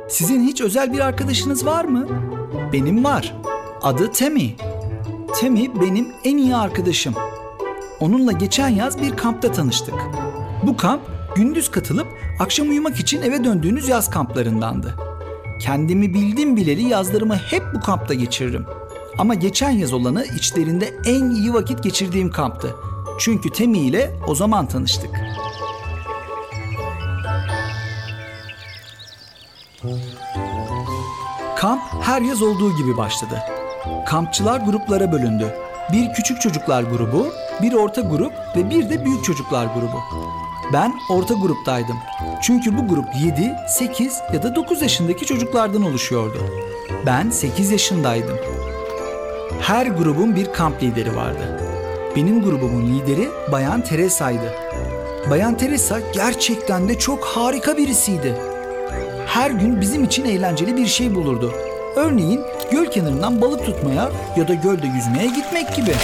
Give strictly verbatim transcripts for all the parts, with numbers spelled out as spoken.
Sizin hiç özel bir arkadaşınız var mı? Benim var. Adı Temi. Temi benim en iyi arkadaşım. Onunla geçen yaz bir kampta tanıştık. Bu kamp gündüz katılıp akşam uyumak için eve döndüğünüz yaz kamplarındandı. Kendimi bildim bileli yazlarımı hep bu kampta geçiririm. Ama geçen yaz olanı içlerinde en iyi vakit geçirdiğim kamptı. Çünkü Temi ile o zaman tanıştık. Kamp her yaz olduğu gibi başladı. Kampçılar gruplara bölündü. Bir küçük çocuklar grubu, bir orta grup ve bir de büyük çocuklar grubu. Ben orta gruptaydım. Çünkü bu grup yedi, sekiz ya da dokuz yaşındaki çocuklardan oluşuyordu. Ben sekiz yaşındaydım. Her grubun bir kamp lideri vardı. Benim grubumun lideri Bayan Teresa'ydı. Bayan Teresa gerçekten de çok harika birisiydi. Her gün bizim için eğlenceli bir şey bulurdu. Örneğin göl kenarından balık tutmaya ya da gölde yüzmeye gitmek gibi.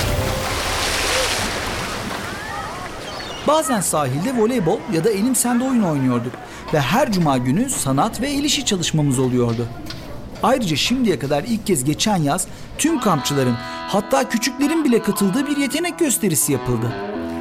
Bazen sahilde voleybol ya da elim sende oyun oynuyorduk ve her cuma günü sanat ve el işi çalışmamız oluyordu. Ayrıca şimdiye kadar ilk kez geçen yaz tüm kampçıların, hatta küçüklerin bile katıldığı bir yetenek gösterisi yapıldı.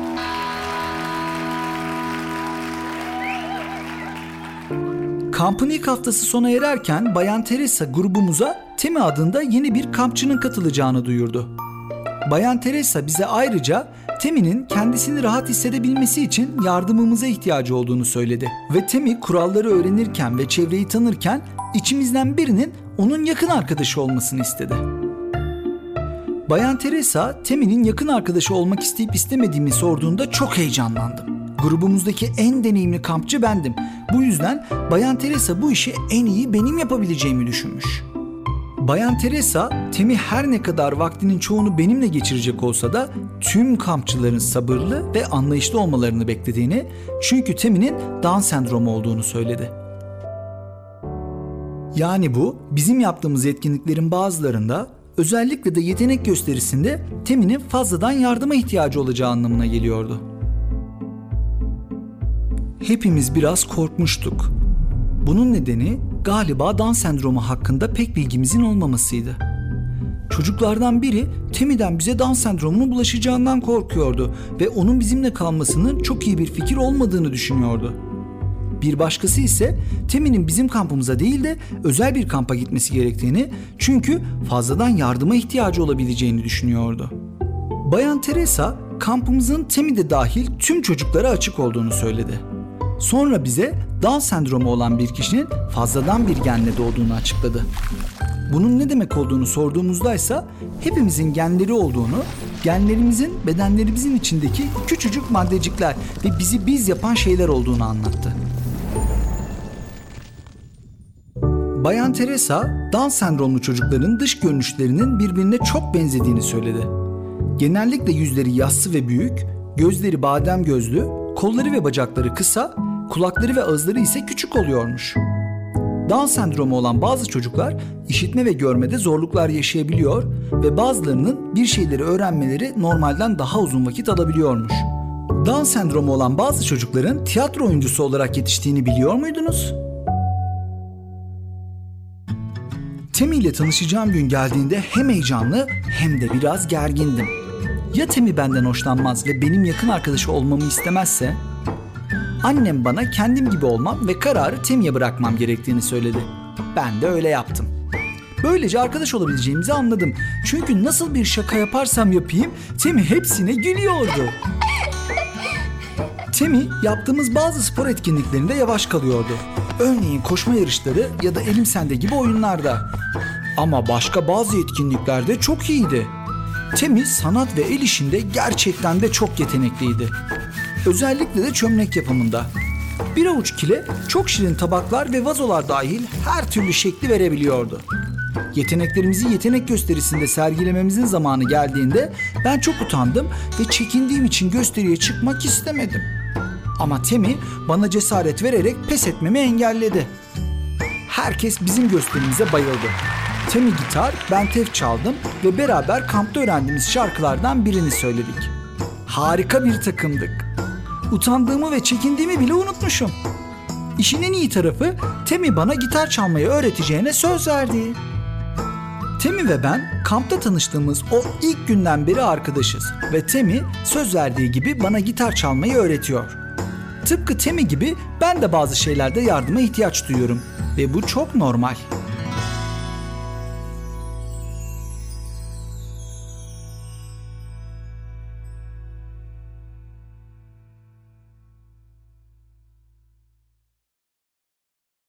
Kampın ilk haftası sona ererken Bayan Teresa grubumuza Temi adında yeni bir kampçının katılacağını duyurdu. Bayan Teresa bize ayrıca Temi'nin kendisini rahat hissedebilmesi için yardımımıza ihtiyacı olduğunu söyledi. Ve Temi kuralları öğrenirken ve çevreyi tanırken içimizden birinin onun yakın arkadaşı olmasını istedi. Bayan Teresa, Temi'nin yakın arkadaşı olmak isteyip istemediğimi sorduğunda çok heyecanlandım. Grubumuzdaki en deneyimli kampçı bendim. Bu yüzden Bayan Teresa bu işi en iyi benim yapabileceğimi düşünmüş. Bayan Teresa, Temi her ne kadar vaktinin çoğunu benimle geçirecek olsa da tüm kampçıların sabırlı ve anlayışlı olmalarını beklediğini, çünkü Temi'nin Down sendromu olduğunu söyledi. Yani bu, bizim yaptığımız etkinliklerin bazılarında, özellikle de yetenek gösterisinde Temi'nin fazladan yardıma ihtiyacı olacağı anlamına geliyordu. Hepimiz biraz korkmuştuk. Bunun nedeni galiba Down sendromu hakkında pek bilgimizin olmamasıydı. Çocuklardan biri Temi'den bize Down sendromunun bulaşacağından korkuyordu ve onun bizimle kalmasının çok iyi bir fikir olmadığını düşünüyordu. Bir başkası ise Temi'nin bizim kampımıza değil de özel bir kampa gitmesi gerektiğini, çünkü fazladan yardıma ihtiyacı olabileceğini düşünüyordu. Bayan Teresa, kampımızın Temi de dahil tüm çocuklara açık olduğunu söyledi. Sonra bize Down sendromu olan bir kişinin fazladan bir genle doğduğunu açıkladı. Bunun ne demek olduğunu sorduğumuzdaysa hepimizin genleri olduğunu, genlerimizin bedenlerimizin içindeki küçücük maddecikler ve bizi biz yapan şeyler olduğunu anlattı. Bayan Teresa, Down sendromlu çocukların dış görünüşlerinin birbirine çok benzediğini söyledi. Genellikle yüzleri yassı ve büyük, gözleri badem gözlü, kolları ve bacakları kısa, kulakları ve ağızları ise küçük oluyormuş. Down sendromu olan bazı çocuklar işitme ve görmede zorluklar yaşayabiliyor ve bazılarının bir şeyleri öğrenmeleri normalden daha uzun vakit alabiliyormuş. Down sendromu olan bazı çocukların tiyatro oyuncusu olarak yetiştiğini biliyor muydunuz? Temi ile tanışacağım gün geldiğinde hem heyecanlı hem de biraz gergindim. Ya Temi benden hoşlanmaz ve benim yakın arkadaşı olmamı istemezse? Annem bana kendim gibi olmam ve kararı Temi'ye bırakmam gerektiğini söyledi. Ben de öyle yaptım. Böylece arkadaş olabileceğimizi anladım. Çünkü nasıl bir şaka yaparsam yapayım Temi hepsine gülüyordu. Temi yaptığımız bazı spor etkinliklerinde yavaş kalıyordu. Örneğin koşma yarışları ya da elim sende gibi oyunlarda. Ama başka bazı etkinliklerde çok iyiydi. Temi sanat ve el işinde gerçekten de çok yetenekliydi. Özellikle de çömlek yapımında. Bir avuç kile çok şirin tabaklar ve vazolar dahil her türlü şekli verebiliyordu. Yeteneklerimizi yetenek gösterisinde sergilememizin zamanı geldiğinde ben çok utandım ve çekindiğim için gösteriye çıkmak istemedim. Ama Temi bana cesaret vererek pes etmemi engelledi. Herkes bizim gösterimize bayıldı. Temi gitar, ben tef çaldım ve beraber kampta öğrendiğimiz şarkılardan birini söyledik. Harika bir takımdık. Utandığımı ve çekindiğimi bile unutmuşum. İşin en iyi tarafı Temi bana gitar çalmayı öğreteceğine söz verdi. Temi ve ben kampta tanıştığımız o ilk günden beri arkadaşız ve Temi söz verdiği gibi bana gitar çalmayı öğretiyor. Tıpkı Temi gibi ben de bazı şeylerde yardıma ihtiyaç duyuyorum ve bu çok normal.